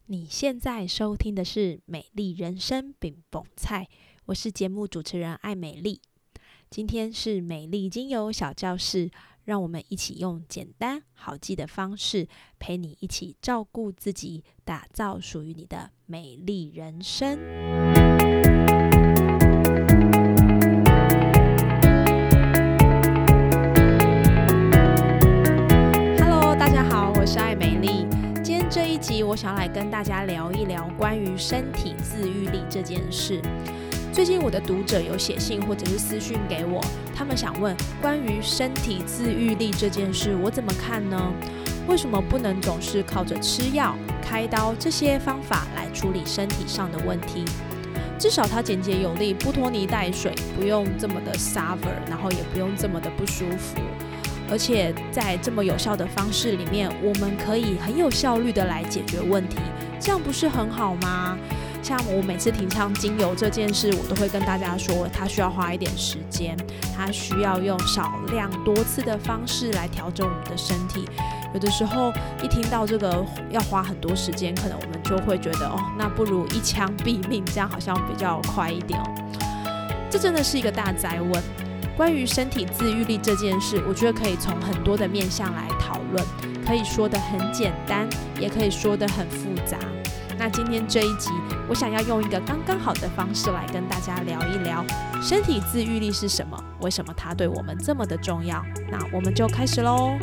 你现在收听的是美丽人生饼蹦菜，我是节目主持人艾美丽。今天是美丽精油小教室，让我们一起用简单好记的方式，陪你一起照顾自己，打造属于你的美丽人生。Hello， 大家好，我是艾美丽。今天这一集，我想要来跟大家聊一聊关于身体自愈力这件事。最近我的读者有写信或者是私讯给我，他们想问关于身体自愈力这件事，我怎么看呢？为什么不能总是靠着吃药、开刀这些方法来处理身体上的问题？至少它简洁有力，不拖泥带水，不用这么的 suffer， 然后也不用这么的不舒服。而且在这么有效的方式里面，我们可以很有效率的来解决问题，这样不是很好吗？像我每次提倡精油这件事，我都会跟大家说，它需要花一点时间，它需要用少量多次的方式来调整我们的身体。有的时候一听到这个要花很多时间，可能我们就会觉得那不如一枪毙命，这样好像比较快一点这真的是一个大哉问。关于身体自愈力这件事，我觉得可以从很多的面向来讨论，可以说得很简单，也可以说得很复杂。那今天这一集，我想要用一个刚刚好的方式来跟大家聊一聊身体自愈力是什么，为什么它对我们这么的重要。那我们就开始咯。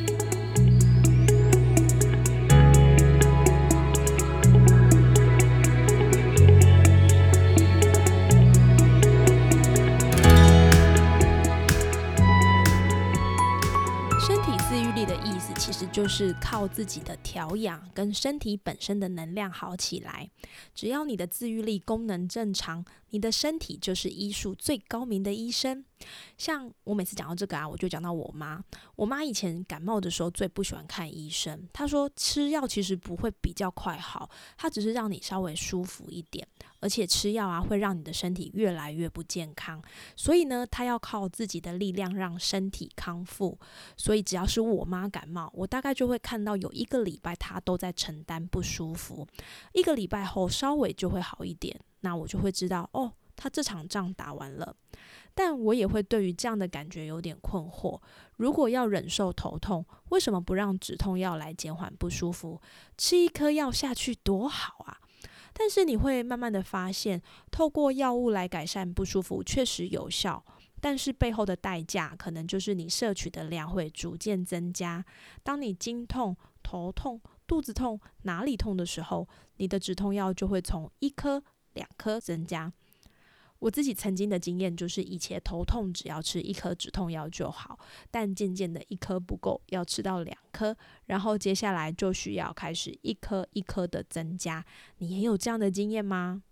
其实就是靠自己的调养跟身体本身的能量好起来。只要你的自愈力功能正常，你的身体就是医术最高明的医生。像我每次讲到这个我就讲到我妈。我妈以前感冒的时候最不喜欢看医生，她说吃药其实不会比较快好，它只是让你稍微舒服一点，而且吃药会让你的身体越来越不健康。所以呢，她要靠自己的力量让身体康复。所以只要是我妈感冒，我大概就会看到有1个礼拜她都在承担不舒服，1个礼拜后稍微就会好一点，那我就会知道她这场仗打完了。但我也会对于这样的感觉有点困惑，如果要忍受头痛，为什么不让止痛药来减缓不舒服？吃1颗药下去多好啊！但是你会慢慢的发现，透过药物来改善不舒服确实有效，但是背后的代价可能就是你摄取的量会逐渐增加。当你经痛、头痛、肚子痛、哪里痛的时候，你的止痛药就会从1颗、2颗增加。我自己曾经的经验就是以前头痛只要吃1颗止痛药就好，但渐渐的1颗不够，要吃到2颗，然后接下来就需要开始1颗1颗的增加。你也有这样的经验吗？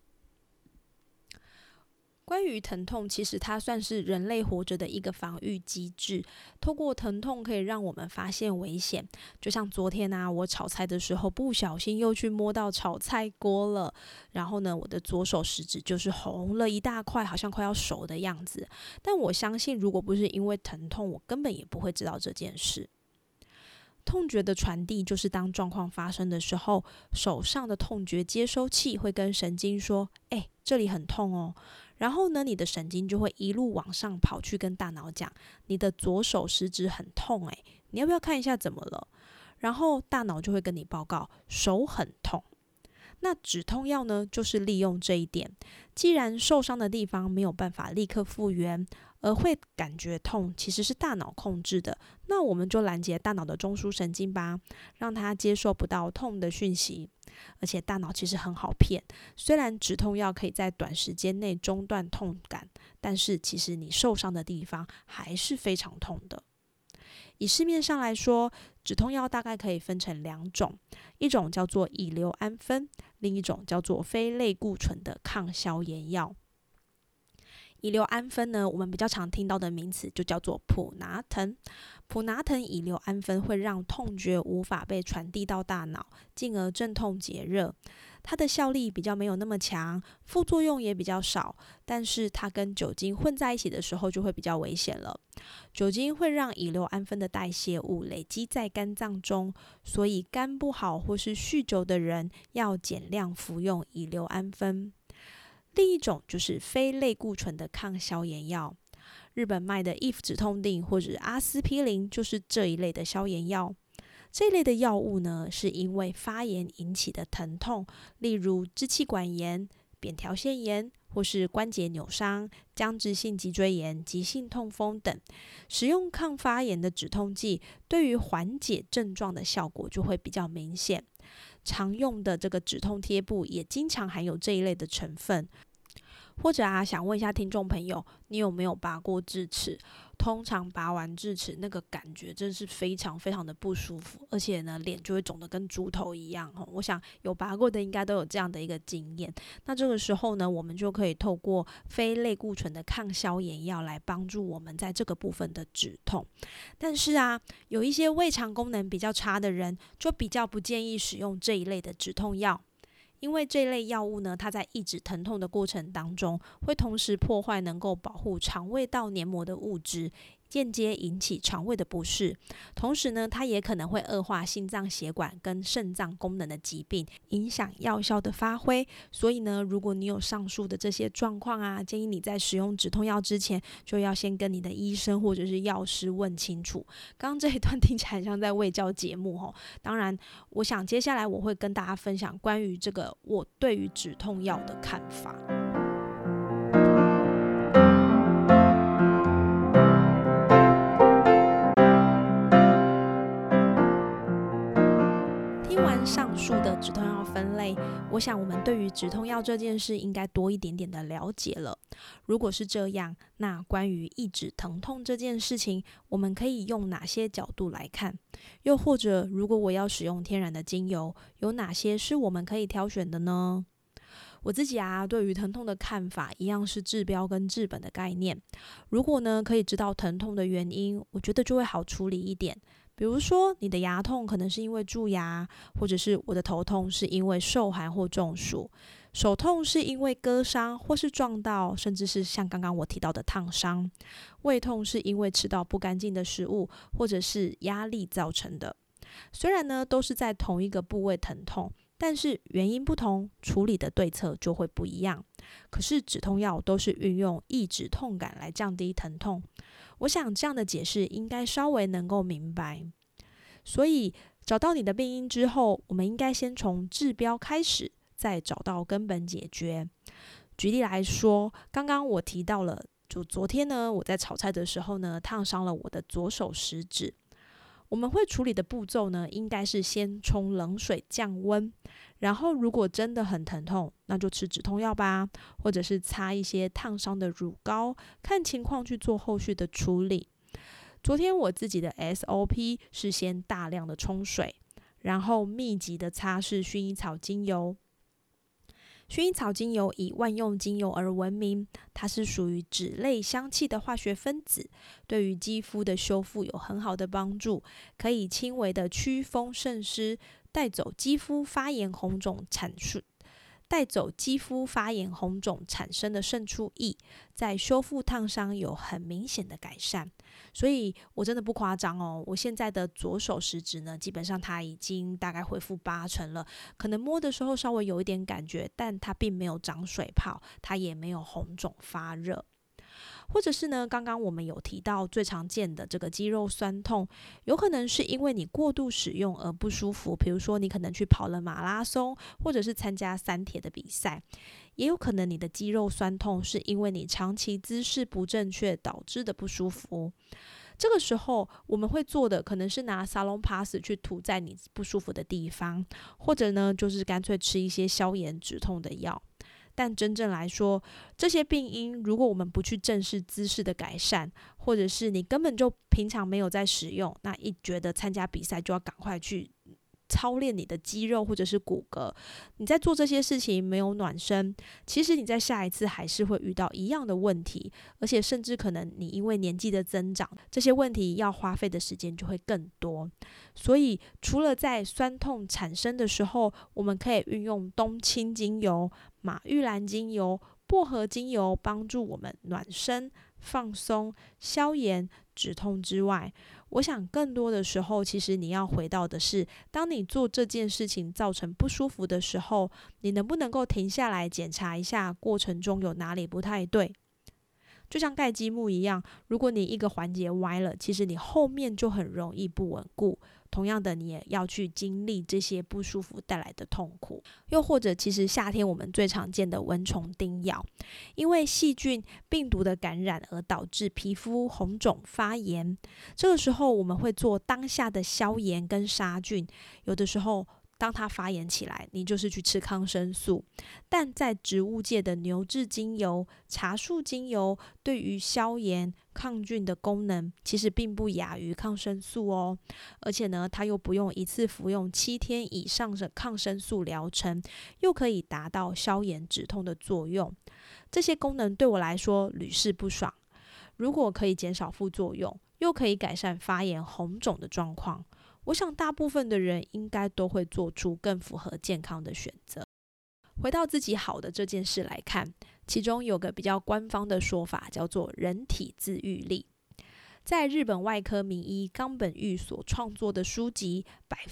关于疼痛，其实它算是人类活着的一个防御机制。透过疼痛可以让我们发现危险。就像昨天我炒菜的时候不小心又去摸到炒菜锅了，然后呢，我的左手食指就是红了一大块，好像快要熟的样子。但我相信，如果不是因为疼痛，我根本也不会知道这件事。痛觉的传递就是当状况发生的时候，手上的痛觉接收器会跟神经说这里很痛哦。然后呢，你的神经就会一路往上跑去跟大脑讲，你的左手食指很痛你要不要看一下怎么了？然后大脑就会跟你报告手很痛。那止痛药呢，就是利用这一点。既然受伤的地方没有办法立刻复原，而会感觉痛其实是大脑控制的，那我们就拦截大脑的中枢神经吧，让它接受不到痛的讯息。而且大脑其实很好骗，虽然止痛药可以在短时间内中断痛感，但是其实你受伤的地方还是非常痛的。以市面上来说，止痛药大概可以分成2种，一种叫做乙硫胺酚，另一种叫做非类固醇的抗消炎药。 乙硫胺酚呢，我们比较常听到的名词就叫做普拿疼。普拿疼乙硫胺酚会让痛觉无法被传递到大脑，进而镇痛解热。它的效力比较没有那么强，副作用也比较少，但是它跟酒精混在一起的时候就会比较危险了。酒精会让乙硫胺酚的代谢物累积在肝脏中，所以肝不好或是酗酒的人要减量服用乙硫胺酚。另一种就是非类固醇的抗消炎药，日本卖的IF止痛定或者阿司匹林就是这一类的消炎药。这一类的药物呢，是因为发炎引起的疼痛，例如支气管炎、扁桃腺炎或是关节扭伤、僵直性脊椎炎、急性痛风等，使用抗发炎的止痛剂，对于缓解症状的效果就会比较明显。常用的这个止痛贴布也经常含有这一类的成分。或者想问一下听众朋友，你有没有拔过智齿？通常拔完智齿那个感觉真是非常非常的不舒服，而且呢脸就会肿得跟猪头一样。我想有拔过的应该都有这样的一个经验。那这个时候呢，我们就可以透过非类固醇的抗消炎药来帮助我们在这个部分的止痛。但是有一些胃肠功能比较差的人，就比较不建议使用这一类的止痛药。因为这类药物呢，它在抑制疼痛的过程当中，会同时破坏能够保护肠胃道黏膜的物质，间接引起肠胃的不适。同时呢，它也可能会恶化心脏血管跟肾脏功能的疾病，影响药效的发挥。所以呢，如果你有上述的这些状况建议你在使用止痛药之前，就要先跟你的医生或者是药师问清楚。刚刚这一段听起来很像在卫教节目当然，我想接下来我会跟大家分享关于这个我对于止痛药的看法。听完上述的止痛药分类，我想我们对于止痛药这件事应该多一点点的了解了。如果是这样，那关于抑制疼痛这件事情，我们可以用哪些角度来看？又或者，如果我要使用天然的精油，有哪些是我们可以挑选的呢？我自己对于疼痛的看法一样是治标跟治本的概念。如果呢可以知道疼痛的原因，我觉得就会好处理一点。比如说你的牙痛可能是因为蛀牙，或者是我的头痛是因为受寒或中暑，手痛是因为割伤或是撞到，甚至是像刚刚我提到的烫伤，胃痛是因为吃到不干净的食物或者是压力造成的。虽然呢都是在同一个部位疼痛，但是原因不同，处理的对策就会不一样。可是止痛药都是运用抑制痛感来降低疼痛，我想这样的解释应该稍微能够明白。所以找到你的病因之后，我们应该先从治标开始，再找到根本解决。举例来说，刚刚我提到了，就昨天呢，我在炒菜的时候呢，烫伤了我的左手食指。我们会处理的步骤呢，应该是先冲冷水降温，然后如果真的很疼痛，那就吃止痛药吧，或者是擦一些烫伤的乳膏，看情况去做后续的处理。昨天我自己的 SOP 是先大量的冲水，然后密集的擦拭薰衣草精油。薰衣草精油以万用精油而闻名，它是属于酯类香气的化学分子，对于肌肤的修复有很好的帮助，可以轻微的祛风渗湿，带走肌肤发炎红肿产生的渗出液，在修复烫伤有很明显的改善。所以我真的不夸张我现在的左手食指呢，基本上它已经大概恢复80%了，可能摸的时候稍微有一点感觉，但它并没有长水泡，它也没有红肿发热。或者是呢，刚刚我们有提到最常见的这个肌肉酸痛，有可能是因为你过度使用而不舒服，比如说你可能去跑了马拉松，或者是参加3铁的比赛，也有可能你的肌肉酸痛是因为你长期姿势不正确导致的不舒服。这个时候我们会做的可能是拿沙龙 pass 去涂在你不舒服的地方，或者呢就是干脆吃一些消炎止痛的药。但真正来说，这些病因如果我们不去正视姿势的改善，或者是你根本就平常没有在使用，那一觉得参加比赛就要赶快去操练你的肌肉或者是骨骼。你在做这些事情没有暖身，其实你在下一次还是会遇到一样的问题，而且甚至可能你因为年纪的增长，这些问题要花费的时间就会更多。所以除了在酸痛产生的时候，我们可以运用冬青精油、马玉兰精油、薄荷精油帮助我们暖身、放松、消炎、止痛之外，我想更多的时候，其实你要回到的是，当你做这件事情造成不舒服的时候，你能不能够停下来检查一下过程中有哪里不太对。就像盖积木一样，如果你一个环节歪了，其实你后面就很容易不稳固。同样的，你也要去经历这些不舒服带来的痛苦。又或者，其实夏天我们最常见的蚊虫叮咬，因为细菌、病毒的感染而导致皮肤红肿发炎。这个时候，我们会做当下的消炎跟杀菌。有的时候，当它发炎起来，你就是去吃抗生素。但在植物界的牛至精油、茶树精油对于消炎、抗菌的功能，其实并不亚于抗生素哦。而且呢，它又不用一次服用7天以上的抗生素疗程，又可以达到消炎止痛的作用。这些功能对我来说屡试不爽。如果可以减少副作用，又可以改善发炎红肿的状况，我想大部分的人应该都会做出更符合健康的选择。回到自己好的这件事来看，其中有个比较官方的说法，叫做人体自愈力。在日本外科名医冈本裕所创作的书籍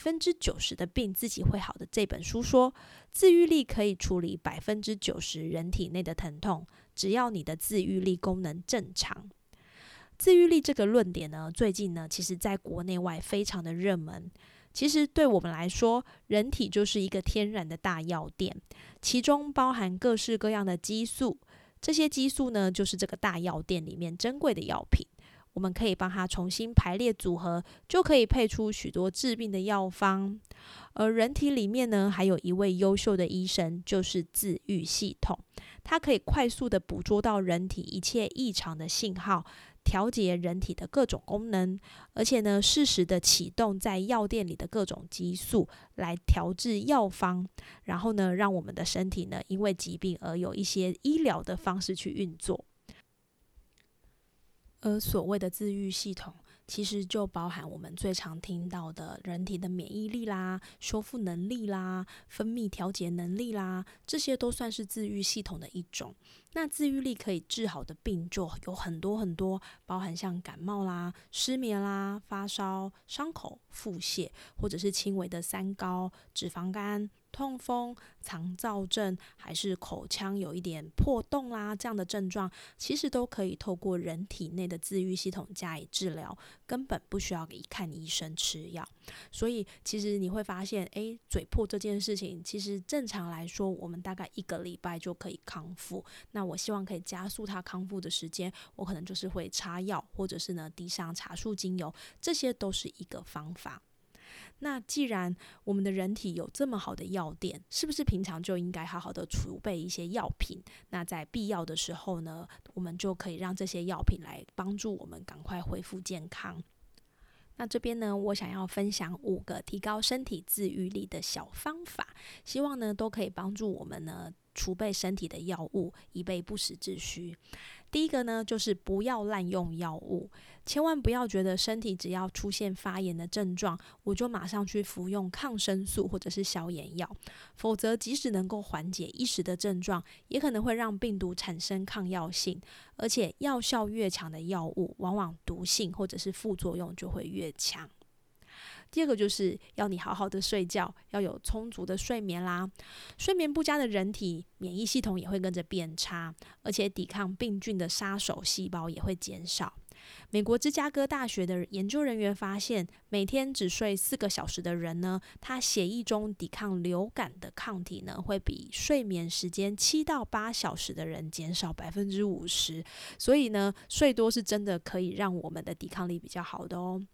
《90%的病自己会好》的这本书说，自愈力可以处理90%人体内的疼痛，只要你的自愈力功能正常。自愈力这个论点呢，最近呢，其实在国内外非常的热门。其实对我们来说，人体就是一个天然的大药店，其中包含各式各样的激素。这些激素呢，就是这个大药店里面珍贵的药品。我们可以帮它重新排列组合，就可以配出许多治病的药方。而人体里面呢，还有一位优秀的医生，就是自愈系统。它可以快速的捕捉到人体一切异常的信号，调节人体的各种功能，而且呢，适时的启动在药店里的各种激素，来调制药方，然后呢，让我们的身体呢，因为疾病而有一些医疗的方式去运作。而所谓的自愈系统，其实就包含我们最常听到的人体的免疫力啦、修复能力啦、分泌调节能力啦，这些都算是自愈系统的一种。那自愈力可以治好的病就有很多很多，包含像感冒啦、失眠啦、发烧、伤口、腹泻，或者是轻微的三高、脂肪肝、痛风、肠燥症，还是口腔有一点破洞啦，这样的症状，其实都可以透过人体内的自愈系统加以治疗，根本不需要看医生吃药。所以其实你会发现，嘴破这件事情，其实正常来说，我们大概1个礼拜就可以康复。那我希望可以加速它康复的时间，我可能就是会擦药，或者是呢滴上茶树精油，这些都是一个方法。那既然我们的人体有这么好的药店，是不是平常就应该好好的储备一些药品？那在必要的时候呢，我们就可以让这些药品来帮助我们赶快恢复健康。那这边呢，我想要分享5个提高身体自愈力的小方法，希望呢都可以帮助我们呢储备身体的药物，以备不时之需。第一个呢，就是不要滥用药物，千万不要觉得身体只要出现发炎的症状，我就马上去服用抗生素或者是消炎药，否则即使能够缓解一时的症状，也可能会让病毒产生抗药性，而且药效越强的药物，往往毒性或者是副作用就会越强。第二个就是要你好好的睡觉，要有充足的睡眠啦。睡眠不佳的人体免疫系统也会跟着变差，而且抵抗病菌的杀手细胞也会减少。美国芝加哥大学的研究人员发现，每天只睡4个小时的人呢，他血液中抵抗流感的抗体呢，会比睡眠时间7到8小时的人减少50%。所以呢，睡多是真的可以让我们的抵抗力比较好的哦。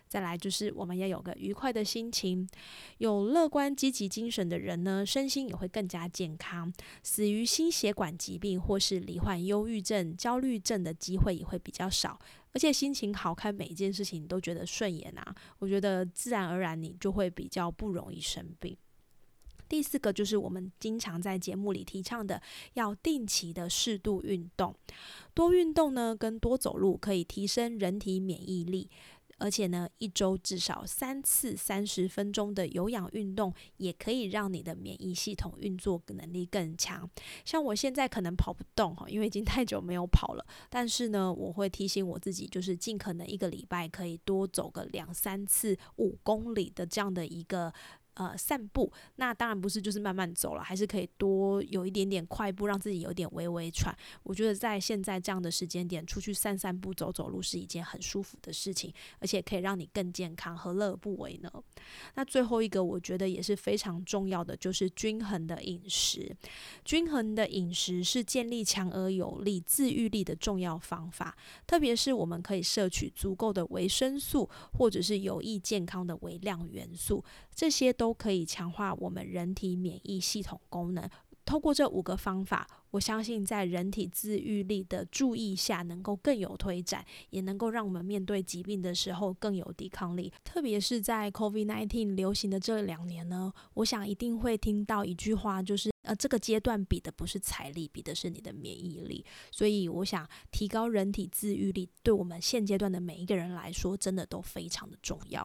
再来就是我们要有个愉快的心情，有乐观积极精神的人呢，身心也会更加健康，死于心血管疾病或是罹患忧郁症、焦虑症的机会也会比较少，而且心情好，看每一件事情你都觉得顺眼啊，我觉得自然而然你就会比较不容易生病。第4个就是我们经常在节目里提倡的，要定期的适度运动。多运动呢，跟多走路可以提升人体免疫力，而且呢，一周至少3次30分钟的有氧运动，也可以让你的免疫系统运作能力更强。像我现在可能跑不动，因为已经太久没有跑了，但是呢，我会提醒我自己，就是尽可能1个礼拜可以多走个2-3次5公里的这样的一个散步。那当然不是就是慢慢走了，还是可以多有一点点快步，让自己有点微微喘。我觉得在现在这样的时间点，出去散散步走走路是一件很舒服的事情，而且可以让你更健康，何乐而不为呢？那最后一个我觉得也是非常重要的，就是均衡的饮食。均衡的饮食是建立强而有力自愈力的重要方法，特别是我们可以摄取足够的维生素，或者是有益健康的微量元素，这些都可以强化我们人体免疫系统功能。透过这5个方法，我相信在人体自愈力的注意下，能够更有推展，也能够让我们面对疾病的时候更有抵抗力。特别是在 COVID-19 流行的这2年呢，我想一定会听到一句话，就是这个阶段比的不是财力，比的是你的免疫力。所以我想提高人体自愈力，对我们现阶段的每一个人来说，真的都非常的重要。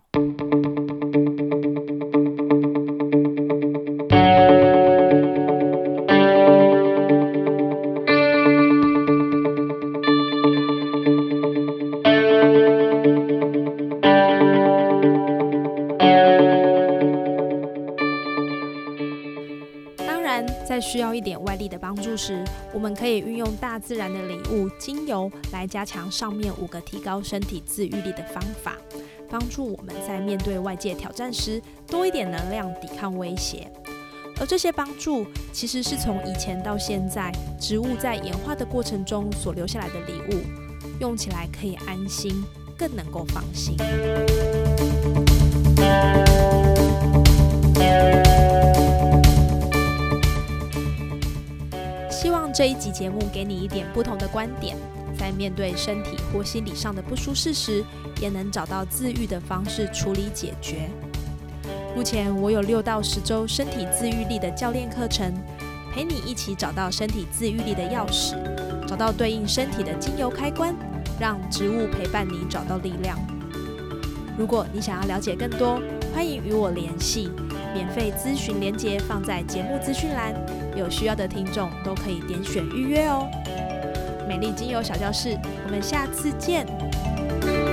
在需要一点外力的帮助时，我们可以运用大自然的礼物精油来加强上面5个提高身体自愈力的方法，帮助我们在面对外界挑战时多一点能量抵抗威胁。而这些帮助其实是从以前到现在植物在演化的过程中所留下来的礼物，用起来可以安心，更能够放心。希望这一集节目给你一点不同的观点，在面对身体或心理上的不舒适时，也能找到自愈的方式处理解决。目前我有6到10周身体自愈力的教练课程，陪你一起找到身体自愈力的钥匙，找到对应身体的精油开关，让植物陪伴你找到力量。如果你想要了解更多，欢迎与我联系，免费咨询连结放在节目资讯栏，有需要的听众都可以点选预约哦。美丽精油小教室，我们下次见。